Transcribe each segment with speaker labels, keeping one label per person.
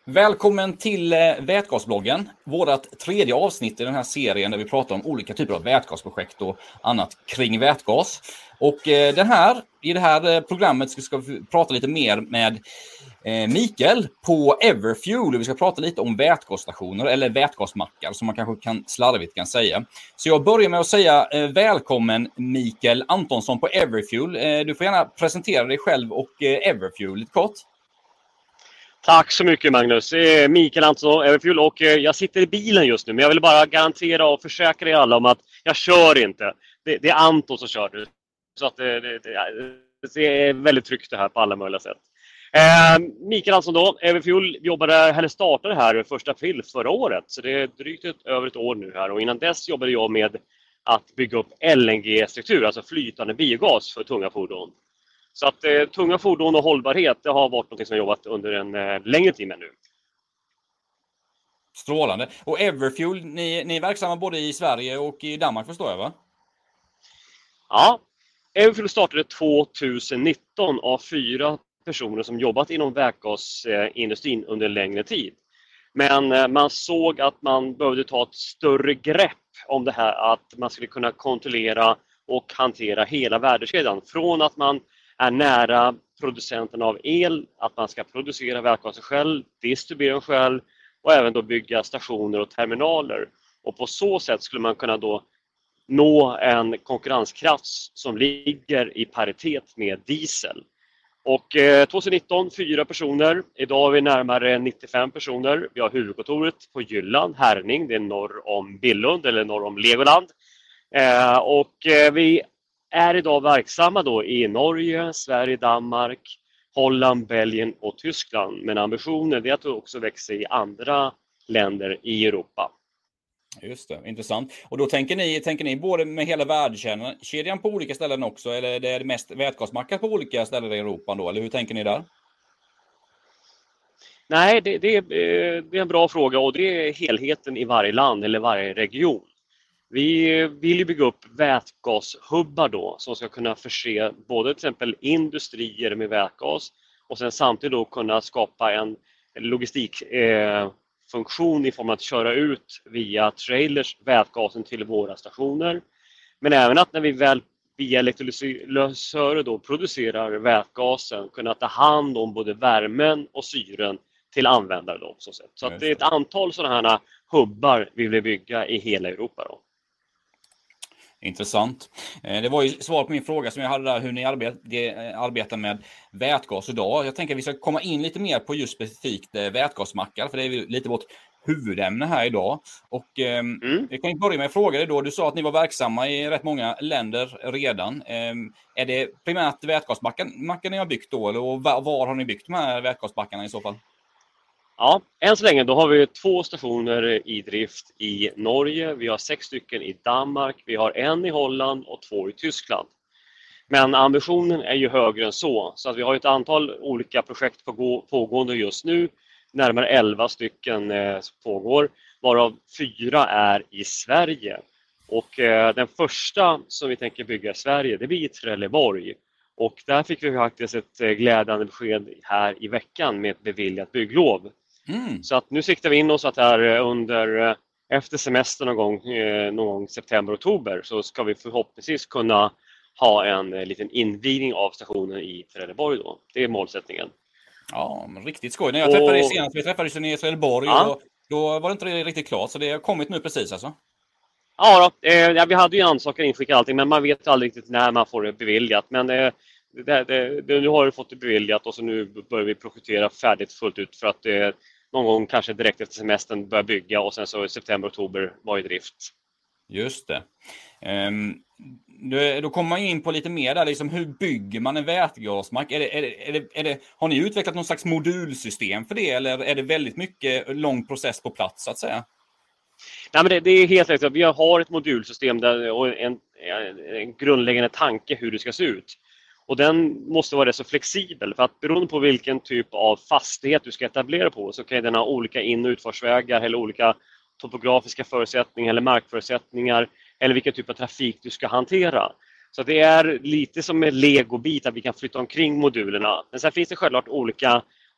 Speaker 1: Välkommen till Vätgasbloggen, vårt tredje avsnitt i den här serien där vi pratar om olika typer av vätgasprojekt och annat kring vätgas. Och i det här programmet ska vi prata lite mer med Mikael på Everfuel. Vi ska prata lite om vätgasstationer eller vätgasmackar som man kanske slarvigt kan säga. Så jag börjar med att säga välkommen Mikael Antonsson på Everfuel. Du får gärna presentera dig själv och Everfuel lite kort.
Speaker 2: Tack så mycket Magnus. Mikael Antonsson, Everfuel, och jag sitter i bilen just nu. Men jag vill bara garantera och försäkra er alla om att jag kör inte. Det är Anton som kör nu. Så att det är väldigt tryggt det här på alla möjliga sätt. Mikael Antonsson då, Everfuel startade här 1 april förra året. Så det är drygt över ett år nu här. Och innan dess jobbade jag med att bygga upp LNG-struktur, alltså flytande biogas för tunga fordon. Så att tunga fordon och hållbarhet, det har varit något som jag jobbat under en längre tid med nu.
Speaker 1: Strålande. Och Everfuel, ni är verksamma både i Sverige och i Danmark, förstår jag, va?
Speaker 2: Ja, Everfuel startade 2019 av 4 personer som jobbat inom vätgasindustrin under en längre tid. Men man såg att man behövde ta ett större grepp om det här, att man skulle kunna kontrollera och hantera hela värdekedjan. Från att man är nära producenten av el, att man ska producera vätgasen själv, distribuera den själv och även då bygga stationer och terminaler. Och på så sätt skulle man kunna då nå en konkurrenskraft som ligger i paritet med diesel. Och 2019, 4 personer. Idag är vi närmare 95 personer. Vi har huvudkontoret på Jylland, Herning, det är norr om Billund eller norr om Legoland. Och vi är idag verksamma då i Norge, Sverige, Danmark, Holland, Belgien och Tyskland. Men ambitionen är att det också växer i andra länder i Europa.
Speaker 1: Just det, intressant. Och då tänker ni både med hela värdekedjan på olika ställen också, eller är det mest vätgasmackar på olika ställen i Europa då, eller hur tänker ni där?
Speaker 2: Nej, det är en bra fråga, och det är helheten i varje land eller varje region. Vi vill ju bygga upp vätgashubbar då som ska kunna förse både till exempel industrier med vätgas och sen samtidigt då kunna skapa en logistikfunktion i form av att köra ut via trailers vätgasen till våra stationer. Men även att när vi väl via elektrolysörer då producerar vätgasen kunna ta hand om både värmen och syren till användare då. Så att det är ett antal sådana här hubbar vi vill bygga i hela Europa då.
Speaker 1: Intressant. Det var ju svar på min fråga som jag hade där, hur ni arbetar med vätgas idag. Jag tänker att vi ska komma in lite mer på just specifikt vätgasmackar, för det är lite vårt huvudämne här idag. Och jag kan ju börja med att fråga dig då. Du sa att ni var verksamma i rätt många länder redan. Är det primärt vätgasmackar ni har byggt då? Eller, och var har ni byggt de här vätgasbackarna i så fall?
Speaker 2: Ja, än så länge då har vi 2 stationer i drift i Norge, vi har 6 stycken i Danmark, vi har 1 i Holland och 2 i Tyskland. Men ambitionen är ju högre än så att vi har ett antal olika projekt pågående just nu. Närmare 11 stycken pågår, varav 4 är i Sverige. Och den första som vi tänker bygga i Sverige, det blir i Trelleborg. Och där fick vi faktiskt ett glädjande besked här i veckan med ett beviljat bygglov. Så att nu siktar vi in oss att här efter semester någon gång september-oktober så ska vi förhoppningsvis kunna ha en liten invigning av stationen i Trelleborg då. Det är målsättningen.
Speaker 1: Ja, men riktigt skoj. När jag träffade dig senast, vi träffades i Trelleborg och då var det inte riktigt klart, så det har kommit nu precis alltså.
Speaker 2: Ja, vi hade ju ansökan inskickad allting, men man vet aldrig riktigt när man får det beviljat. Men nu har det fått det beviljat och så nu börjar vi projektera färdigt fullt ut för att någon gång kanske direkt efter semestern börja bygga och sen så i september-oktober var i drift.
Speaker 1: Just det. Då kommer man in på lite mer där, liksom, hur bygger man en vätgasmack? Har ni utvecklat någon slags modulsystem för det, eller är det väldigt mycket lång process på plats så att säga?
Speaker 2: Nej, men det är helt rätt. Vi har ett modulsystem där, och en grundläggande tanke hur det ska se ut. Och den måste vara så flexibel, för att beroende på vilken typ av fastighet du ska etablera på så kan den ha olika in- och utfartsvägar eller olika topografiska förutsättningar eller markförutsättningar eller vilken typ av trafik du ska hantera. Så det är lite som en legobit att vi kan flytta omkring modulerna. Men sen finns det självklart olika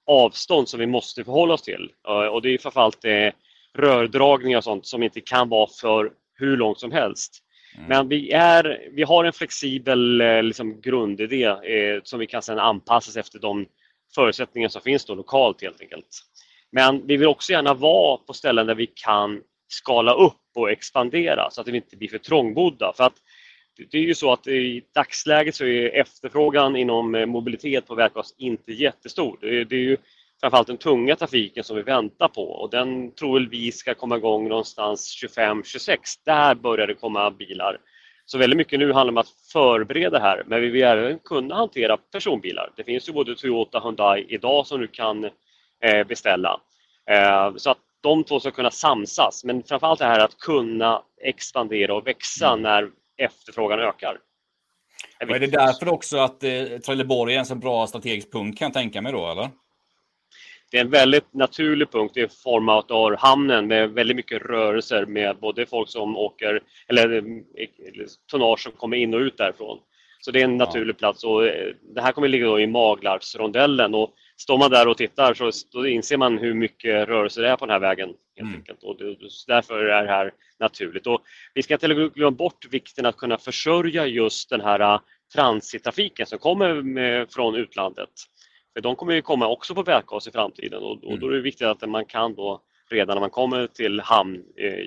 Speaker 2: avstånd som vi måste förhålla oss till. Och det är framförallt rördragningar och sånt som inte kan vara för hur långt som helst. Men vi har en flexibel liksom grundidé som vi kan sedan anpassas efter de förutsättningar som finns då lokalt helt enkelt. Men vi vill också gärna vara på ställen där vi kan skala upp och expandera så att vi inte blir för trångbodda. För att det är ju så att i dagsläget så är efterfrågan inom mobilitet på vätgas inte jättestor. Det är ju framförallt den tunga trafiken som vi väntar på och den tror vi ska komma igång någonstans 25-26. Där börjar det komma bilar. Så väldigt mycket nu handlar om att förbereda här, men vi vill även kunna hantera personbilar. Det finns ju både Toyota och Hyundai idag som du kan beställa. Så att de två ska kunna samsas, men framförallt det här att kunna expandera och växa när efterfrågan ökar.
Speaker 1: Och är det därför också att Trelleborg är en så bra strategisk punkt kan jag tänka mig då, eller?
Speaker 2: Det är en väldigt naturlig punkt i form av hamnen med väldigt mycket rörelser med både folk som åker eller tonnage som kommer in och ut därifrån. Så det är en naturlig plats och det här kommer ligga då i Maglarpsrondellen och står man där och tittar så då inser man hur mycket rörelser det är på den här vägen helt enkelt. Och därför är det här naturligt. Och vi ska inte glömma bort vikten att kunna försörja just den här transittrafiken som kommer från utlandet. För de kommer ju komma också på vätgas i framtiden och då är det viktigt att man kan då redan när man kommer till hamn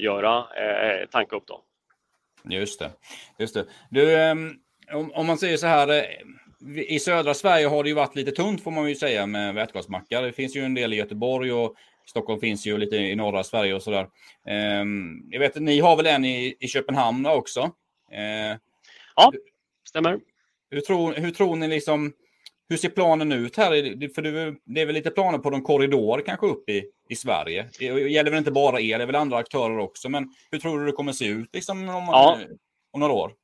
Speaker 2: tanka upp då.
Speaker 1: Just det. Du, om man säger så här, i södra Sverige har det ju varit lite tunt får man ju säga med vätgasmackar. Det finns ju en del i Göteborg och Stockholm finns ju lite i norra Sverige och sådär. Jag vet att ni har väl en i Köpenhamn också?
Speaker 2: Ja, stämmer.
Speaker 1: Hur tror ni liksom, hur ser planen ut här? För det är väl lite planer på de korridor kanske upp i Sverige. Det gäller väl inte bara det är väl andra aktörer också. Men hur tror du det kommer se ut liksom, om några år?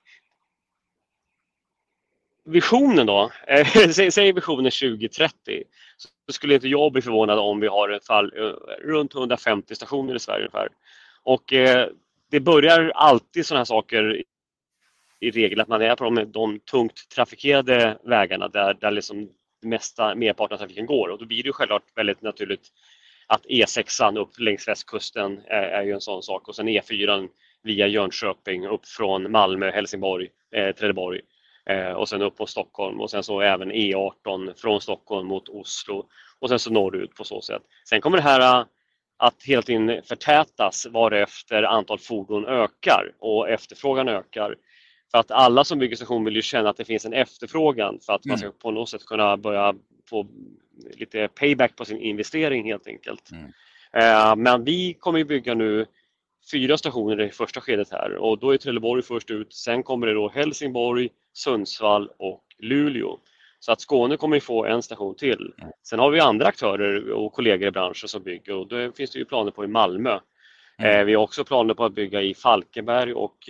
Speaker 2: Visionen då, säg visionen 2030, så skulle inte jag bli förvånad om vi har ett fall runt 150 stationer i Sverige ungefär. Och det börjar alltid sådana här saker i regel att man är på de tungt trafikerade vägarna där liksom merparten av trafiken går och då blir det ju självklart väldigt naturligt att E6an upp längs västkusten är ju en sån sak och sen E4 via Jönköping upp från Malmö, Helsingborg, Trelleborg. Och sen upp på Stockholm och sen så även E18 från Stockholm mot Oslo och sen så norrut på så sätt. Sen kommer det här att hela tiden förtätas varefter antal fordon ökar och efterfrågan ökar. För att alla som bygger station vill ju känna att det finns en efterfrågan för att man ska på något sätt kunna börja få lite payback på sin investering helt enkelt. Men vi kommer ju bygga nu 4 stationer i första skedet här och då är Trelleborg först ut. Sen kommer det då Helsingborg, Sundsvall och Luleå. Så att Skåne kommer ju få en station till. Sen har vi andra aktörer och kollegor i branschen som bygger och då finns det ju planer på i Malmö. Vi har också planer på att bygga i Falkenberg och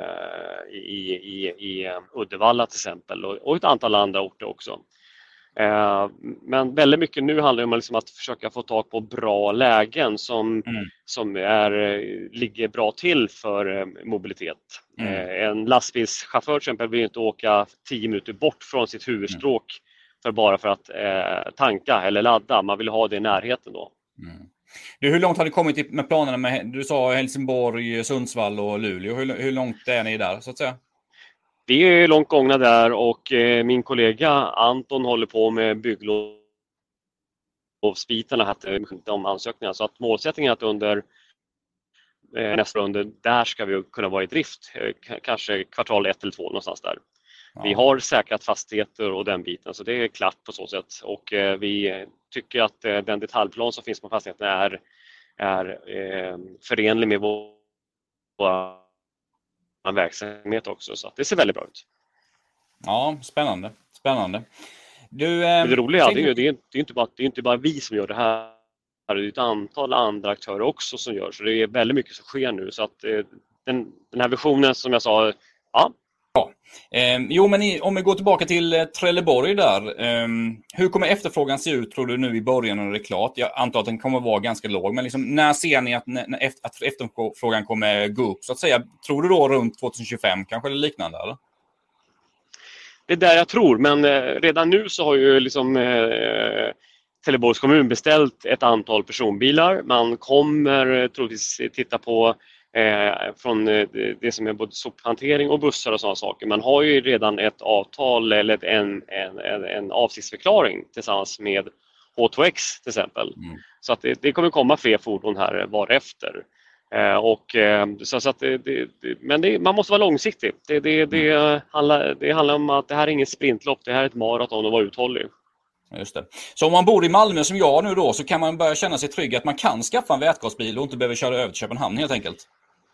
Speaker 2: i Uddevalla till exempel och ett antal andra orter också. Men väldigt mycket nu handlar det om liksom att försöka få tag på bra lägen som ligger bra till för mobilitet. En lastbilschaufför till exempel vill inte åka 10 minuter bort från sitt huvudstråk bara för att tanka eller ladda. Man vill ha det i närheten då.
Speaker 1: Hur långt har ni kommit med planerna du sa Helsingborg, Sundsvall och Luleå. Hur långt är ni där så att säga?
Speaker 2: Vi är långt gångna där och min kollega Anton håller på med bygglovsbitarna här om ansökningar. Så att målsättningen är att under nästa runda där ska vi kunna vara i drift. Kanske kvartal 1 eller 2 någonstans där. Ja. Vi har säkrat fastigheter och den biten så det är klart på så sätt. Och vi tycker att den detaljplan som finns på fastigheten är förenlig med vår verksamhet också. Så att det ser väldigt bra ut.
Speaker 1: Ja, spännande.
Speaker 2: Men det roliga är det är inte bara vi som gör det här. Det är ett antal andra aktörer också som gör. Så det är väldigt mycket som sker nu. Så att den här visionen som jag sa, ja.
Speaker 1: Jo, men om vi går tillbaka till Trelleborg där. Hur kommer efterfrågan se ut tror du nu i början när det är klart? Jag antar att den kommer vara ganska låg. Men liksom, när ser ni att efterfrågan kommer gå upp så att säga? Tror du då runt 2025 kanske eller liknande? Eller?
Speaker 2: Det är där jag tror. Men redan nu så har ju liksom Trelleborgs kommun beställt ett antal personbilar. Man kommer troligtvis titta på från det som är både sophantering och bussar och sådana saker. Man har ju redan ett avtal eller en avsiktsförklaring tillsammans med H2X till exempel. Så att det kommer komma fler fordon här varefter. Men man måste vara långsiktig. Det handlar om att det här är ingen sprintlopp, det här är ett maraton och vara uthållig.
Speaker 1: Just det. Så om man bor i Malmö som jag nu då, så kan man börja känna sig trygg att man kan skaffa en vätgasbil och inte behöver köra över till Köpenhamn helt enkelt.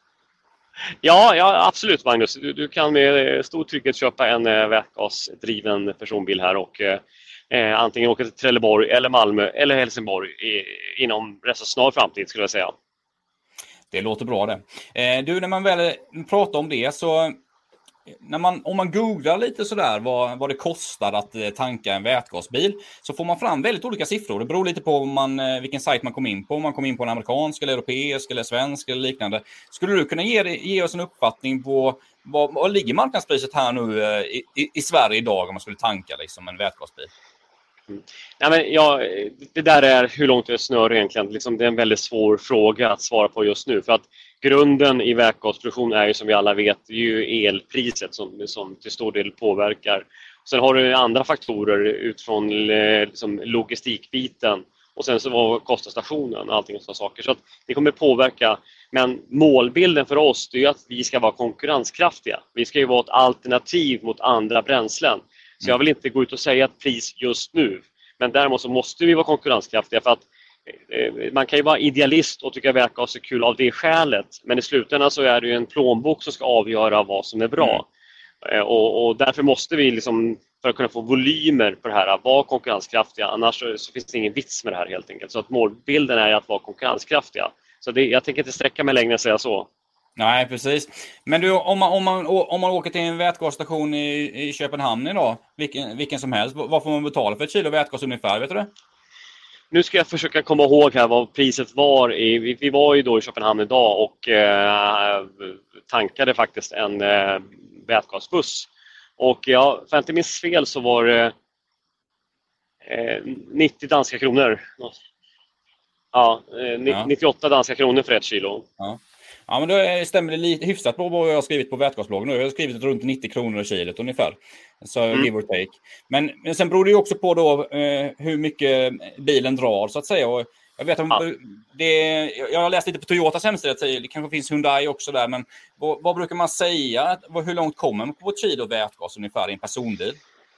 Speaker 2: Ja, absolut Magnus. Du kan med stor trygghet köpa en vätgasdriven personbil här och antingen åka till Trelleborg eller Malmö eller Helsingborg inom rätt så snar framtid skulle jag säga.
Speaker 1: Det låter bra det. Du, när man väl pratar om det så om man googlar lite sådär vad det kostar att tanka en vätgasbil, så får man fram väldigt olika siffror. Det beror lite på vilken sajt man kommer in på. Om man kommer in på en amerikansk eller europeisk eller svensk eller liknande. Skulle du kunna ge oss en uppfattning på vad ligger marknadspriset här nu i Sverige idag om man skulle tanka liksom en vätgasbil?
Speaker 2: Nej, men det där är hur långt det snör egentligen. Liksom, det är en väldigt svår fråga att svara på just nu. För att grunden i vätgasproduktion är ju som vi alla vet ju elpriset som till stor del påverkar. Sen har du andra faktorer utifrån liksom logistikbiten. Och sen så var kostnadsstationen och allting och sådana saker. Så att det kommer påverka. Men målbilden för oss är att vi ska vara konkurrenskraftiga. Vi ska ju vara ett alternativ mot andra bränslen. Så jag vill inte gå ut och säga ett pris just nu. Men däremot så måste vi vara konkurrenskraftiga för att man kan ju vara idealist och tycka vätgas är kul av det skälet. Men i slutändan så är det ju en plånbok som ska avgöra vad som är bra. Och därför måste vi liksom, för att kunna få volymer på det här, vara konkurrenskraftiga. Annars så finns det ingen vits med det här helt enkelt. Så att målbilden är att vara konkurrenskraftiga. Så jag tänker inte sträcka mig längre och säga så.
Speaker 1: Nej, precis. Men du, om man åker till en vätgasstation i Köpenhamn idag, vilken som helst, vad får man betala för ett kilo vätgas ungefär, vet du det?
Speaker 2: Nu ska jag försöka komma ihåg här vad priset var. Vi var ju då i Köpenhamn idag och tankade faktiskt en vätgasbuss. Och för att inte minns fel så var det 90 danska kronor. Ja, 98 danska kronor för ett kilo.
Speaker 1: Ja, men då stämmer det lite hyfsat på vad jag har skrivit på vätgasbloggen. Jag har skrivit runt 90 kronor kilot ungefär. Så give or take. Men sen beror det ju också på då hur mycket bilen drar så att säga. Och jag vet om jag har läst lite på Toyotas hemsida, det kanske finns Hyundai också där. Men vad brukar man säga? Hur långt kommer man på ett kilo vätgas ungefär i en personbil?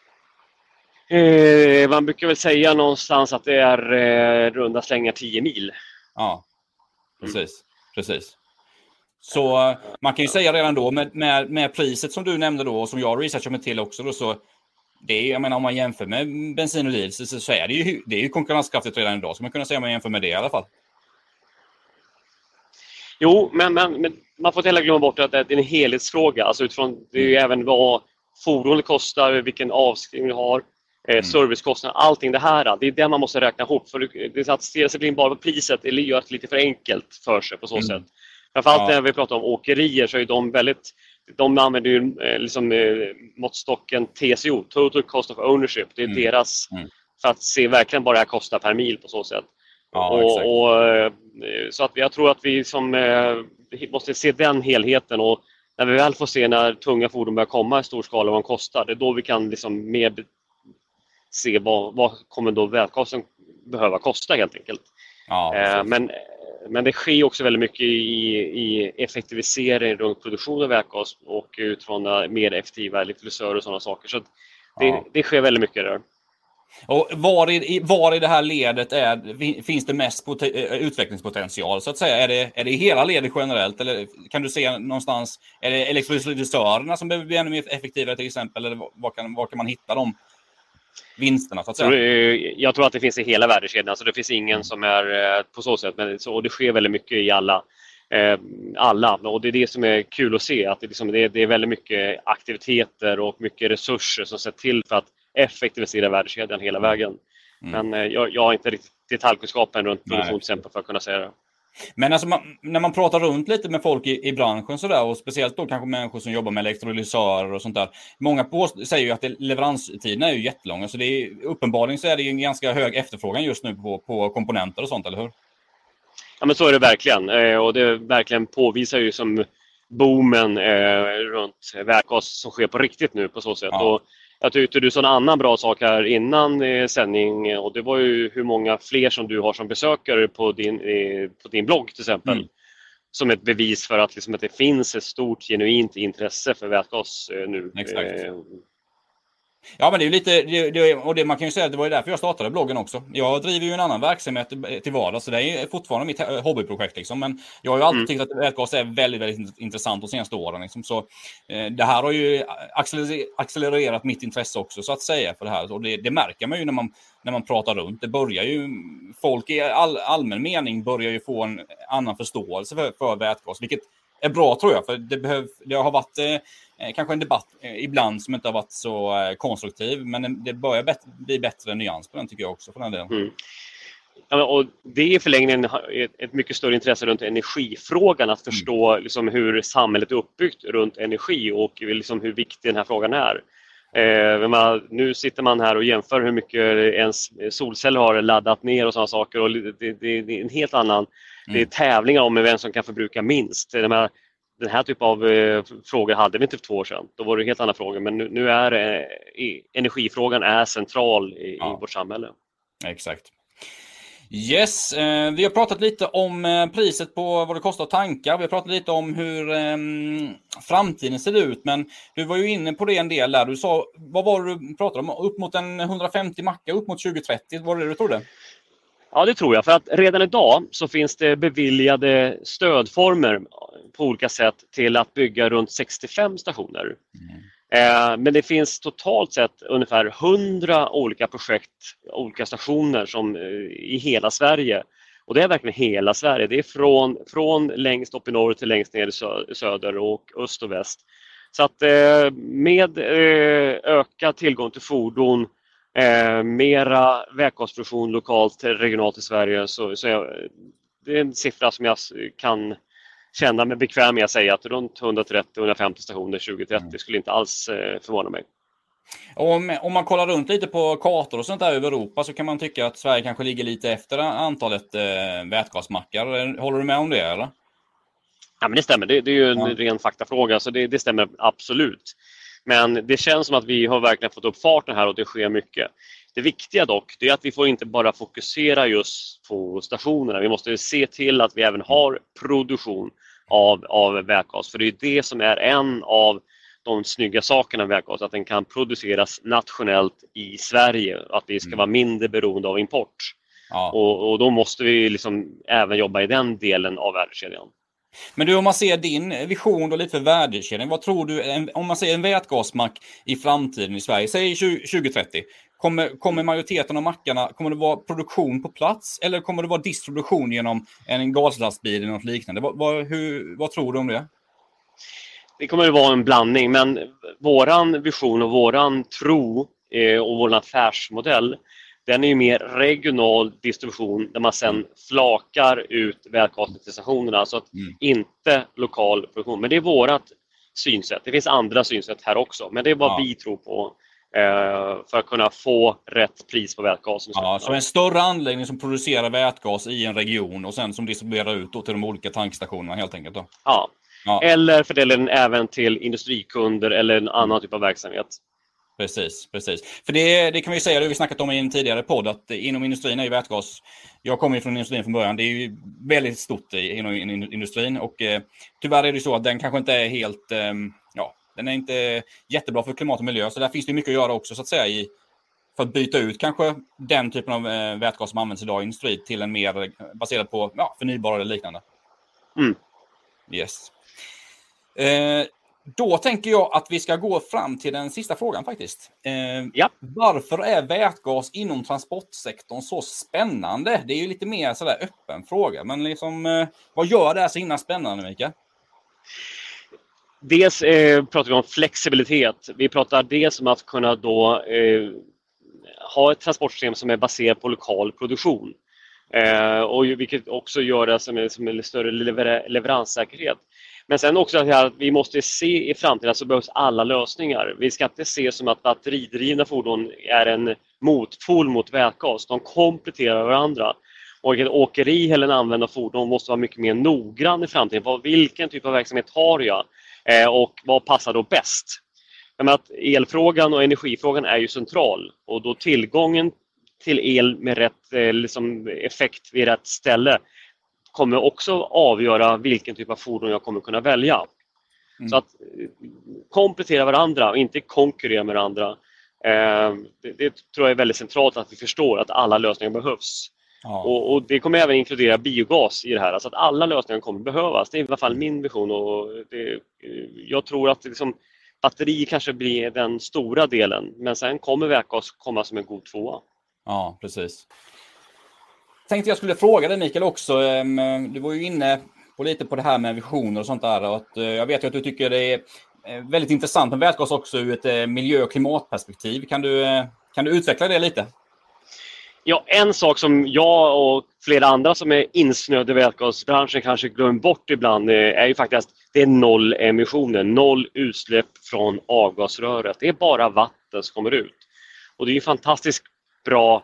Speaker 2: Man brukar väl säga någonstans att det är runda slängar 10 mil. Ja,
Speaker 1: precis. Så man kan ju säga redan då med priset som du nämnde då och som jag researchar mig till också då, så det är, jag menar, om man jämför med bensin och diesel så är det är ju konkurrenskraftigt redan idag, så man kunna säga om man jämför med det i alla fall.
Speaker 2: Jo, men man får inte heller glömma bort att det är en helhetsfråga, alltså utifrån det är ju även vad fordonet kostar, vilken avskrivning du har, servicekostnader, allting det här, det är det man måste räkna ihop, för det är att stirra sig blind bara på priset eller gör det lite för enkelt för sig på så sätt. Framförallt när vi pratar om åkerier så är de använder ju liksom måttstocken TCO, Total Cost of Ownership. Det är deras, för att se verkligen vad det här kostar per mil på så sätt. Så att jag tror att vi måste se den helheten, och när vi väl får se när tunga fordon börjar komma i stor skala vad de kostar, det är då vi kan liksom mer se vad kommer då vätgasen behöva kosta helt enkelt. Men det sker också väldigt mycket i effektivisering runt produktion av vätgas och utifrån mer effektiva elektrolysörer och sådana saker. Så det sker väldigt mycket där.
Speaker 1: Och var i det här ledet finns det mest utvecklingspotential så att säga? Är det hela ledet generellt, eller kan du se någonstans, är det elektrolysörerna som behöver bli ännu mer effektivare till exempel, eller var kan man hitta dem? Vinsterna så att säga.
Speaker 2: Jag tror att det finns i hela värdekedjan, så alltså det finns ingen som är på så sätt, och det sker väldigt mycket i alla, och det är det som är kul att se, att det är väldigt mycket aktiviteter och mycket resurser som sätter till för att effektivisera värdekedjan hela vägen. Men jag har inte riktigt detaljkunskapen runt produktion till exempel för att kunna säga det.
Speaker 1: Men alltså när man pratar runt lite med folk i branschen så där, och speciellt då kanske människor som jobbar med elektrolysörer och sånt där. Många säger ju att leveranstiderna är ju jättelånga, så det är, uppenbarligen så är det ju en ganska hög efterfrågan just nu på komponenter och sånt, eller hur?
Speaker 2: Ja, men så är det verkligen. Och det verkligen påvisar ju som boomen runt vätgas som sker på riktigt nu på så sätt. Ja. Och jag tyckte du sa en annan bra sak här innan sändning, och det var ju hur många fler som du har som besökare på din blogg till exempel. Som ett bevis för att, liksom, att det finns ett stort genuint intresse för vätgas nu.
Speaker 1: Exakt. Ja, men det är ju lite, och det man kan ju säga att det var ju därför jag startade bloggen också. Jag driver ju en annan verksamhet till vardags, så det är fortfarande mitt hobbyprojekt liksom. Men jag har ju alltid tyckt att vätgas är väldigt, väldigt intressant de senaste åren liksom. Så det här har ju accelererat mitt intresse också, så att säga, för det här. Och det märker man ju när man pratar runt. Det börjar ju, folk i allmän mening börjar ju få en annan förståelse för vätgas, vilket är bra, tror jag, för det har varit kanske en debatt ibland som inte har varit så konstruktiv, men det börjar bli bättre nyans på den, tycker jag också, för den delen.
Speaker 2: Ja, och det är i förlängningen ett mycket större intresse runt energifrågan, att förstå liksom hur samhället är uppbyggt runt energi och liksom hur viktig den här frågan är. Nu sitter man här och jämför hur mycket ens solceller har laddat ner och sådana saker, och det är en helt annan, det är tävlingar om vem som kan förbruka minst. Den här typen av frågor hade vi inte för 2 år sedan. Då var det helt andra frågor, men nu är energifrågan är central i vårt samhälle.
Speaker 1: Exakt. Yes, vi har pratat lite om priset på vad det kostar att tanka. Vi har pratat lite om hur framtiden ser ut, men du var ju inne på det en del där. Du sa, vad var det du pratade om? Upp mot 150 mackar, upp mot 2030, var det du trodde?
Speaker 2: Ja, det tror jag. För att redan idag så finns det beviljade stödformer på olika sätt till att bygga runt 65 stationer. Men det finns totalt sett ungefär 100 olika projekt, olika stationer som i hela Sverige. Och det är verkligen hela Sverige. Det är från längst upp i norr till längst ner i söder och öst och väst. Så att med ökad tillgång till fordon, mera vätgasproduktion lokalt, regionalt i Sverige, så det är en siffra som jag kan känna mig bekväm med att säga, att runt 130-150 stationer 2030 skulle inte alls förvåna mig.
Speaker 1: Om man kollar runt lite på kartor och sånt där över Europa, så kan man tycka att Sverige kanske ligger lite efter antalet vätgasmackar. Håller du med om det, eller?
Speaker 2: Ja, men det stämmer. Det är ju en ren faktafråga, så det stämmer absolut. Men det känns som att vi har verkligen fått upp farten här och det sker mycket. Det viktiga dock, det är att vi får inte bara fokusera just på stationerna. Vi måste se till att vi även har produktion av vätgas. För det är det som är en av de snygga sakerna med vätgas, att den kan produceras nationellt i Sverige. Att vi ska vara mindre beroende av import. Ja. Och då måste vi liksom även jobba i den delen av värdekedjan.
Speaker 1: Men du, om man ser din vision då lite för värdekedjan, vad tror du, om man ser en vätgasmack i framtiden i Sverige, säg 2030, kommer majoriteten av mackarna, kommer det vara produktion på plats eller kommer det vara distribution genom en gaslastbil eller något liknande? Vad tror du om det?
Speaker 2: Det kommer att vara en blandning, men våran vision och våran tro och vår affärsmodell, den är ju mer regional distribution där man sen flakar ut vätgasen till stationerna, så att inte lokal produktion. Men det är vårat synsätt. Det finns andra synsätt här också, men det är vad vi tror på för att kunna få rätt pris på vätgasen.
Speaker 1: Ja, så en större anläggning som producerar vätgas i en region och sen som distribuerar ut då till de olika tankstationerna helt enkelt då.
Speaker 2: Ja. Eller för delen även till industrikunder eller en annan typ av verksamhet.
Speaker 1: Precis. För det kan vi säga, det har vi snackat om i en tidigare podd, att inom industrin är ju vätgas, jag kommer ju från industrin från början, det är ju väldigt stort inom industrin och tyvärr är det så att den kanske inte är helt, den är inte jättebra för klimat och miljö, så där finns det mycket att göra också så att säga för att byta ut kanske den typen av vätgas som används idag i industrin till en mer baserad på förnybara eller liknande. Yes. Då tänker jag att vi ska gå fram till den sista frågan faktiskt. Varför är vätgas inom transportsektorn så spännande? Det är ju lite mer sådär öppen fråga, men liksom, vad gör det här så himla spännande, Mika?
Speaker 2: Dels pratar vi om flexibilitet. Vi pratar dels om att kunna då ha ett transportsystem som är baserat på lokal produktion. Och vilket också gör det som en större leveranssäkerhet. Men sen också att vi måste se i framtiden så behövs alla lösningar. Vi ska inte se som att batteridrivna fordon är en motpol mot vätgas. De kompletterar varandra. Och ett åkeri eller en användare fordon måste vara mycket mer noggrann i framtiden. Vilken typ av verksamhet har jag? Och vad passar då bäst? Att elfrågan och energifrågan är ju central. Och då tillgången till el med rätt effekt vid rätt ställe kommer också avgöra vilken typ av fordon jag kommer kunna välja. Så att komplettera varandra och inte konkurrera med varandra. Det tror jag är väldigt centralt att vi förstår att alla lösningar behövs. Ja. Och det kommer även inkludera biogas i det här. Alltså att alla lösningar kommer behövas. Det är i alla fall min vision. Och jag tror att batteri kanske blir den stora delen. Men sen kommer vätgas komma som en god tvåa.
Speaker 1: Ja, precis. Tänkte jag skulle fråga dig, Mikael, också. Du var ju inne på lite på det här med visioner och sånt där. Och att, jag vet ju att du tycker det är väldigt intressant med vätgas också ur ett miljö- och klimatperspektiv. Kan du utveckla det lite?
Speaker 2: Ja, en sak som jag och flera andra som är insnöade i vätgasbranschen kanske glömmer bort ibland är ju faktiskt att det är 0 emissioner, 0 utsläpp från avgasröret. Det är bara vatten som kommer ut. Och det är ju fantastiskt bra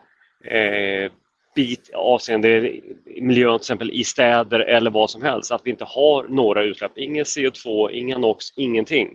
Speaker 2: bit avseende miljön till exempel i städer eller vad som helst. Att vi inte har några utsläpp, ingen CO2, ingen NOx, ingenting.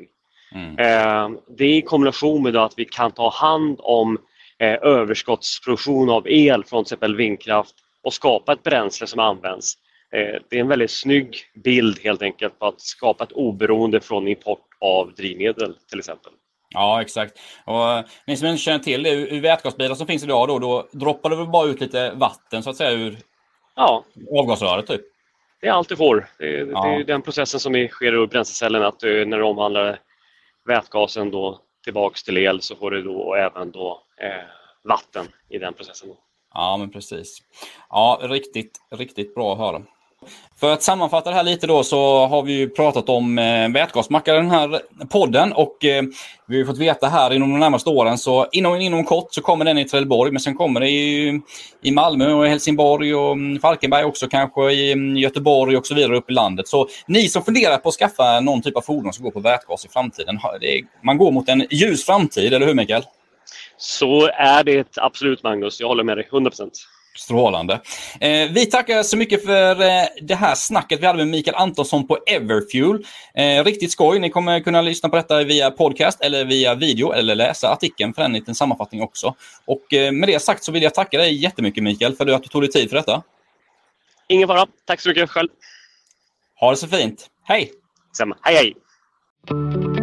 Speaker 2: Det är i kombination med att vi kan ta hand om överskottsproduktion av el från till exempel vindkraft och skapa ett bränsle som används. Det är en väldigt snygg bild helt enkelt på att skapa ett oberoende från import av drivmedel till exempel.
Speaker 1: Ja, exakt. Och ni som inte känner till det, ur vätgasbilar som finns idag då droppar det väl bara ut lite vatten så att säga ur avgasröret typ?
Speaker 2: Det är allt du får. Det är den processen som sker ur bränslecellen, att när du omvandlar vätgasen då tillbaks till el så får du då även då vatten i den processen.
Speaker 1: Ja, men precis. Ja, riktigt bra att höra. För att sammanfatta det här lite då så har vi ju pratat om vätgasmackar i den här podden och vi har fått veta här inom de närmaste åren så inom kort så kommer den i Trelleborg, men sen kommer det i Malmö och Helsingborg och Falkenberg också, kanske i Göteborg och så vidare upp i landet. Så ni som funderar på att skaffa någon typ av fordon som går på vätgas i framtiden, man går mot en ljus framtid, eller hur Mikael?
Speaker 2: Så är det absolut, Magnus. Jag håller med dig 100%.
Speaker 1: Strålande. Vi tackar så mycket för det här snacket vi hade med Mikael Antonsson på Everfuel. Riktigt skoj. Ni kommer kunna lyssna på detta via podcast eller via video eller läsa artikeln för en liten sammanfattning också. Och med det sagt så vill jag tacka dig jättemycket, Mikael, för att du tog dig tid för detta.
Speaker 2: Ingen fara. Tack så mycket själv.
Speaker 1: Ha det så fint. Hej!
Speaker 2: Samma. Hej, hej!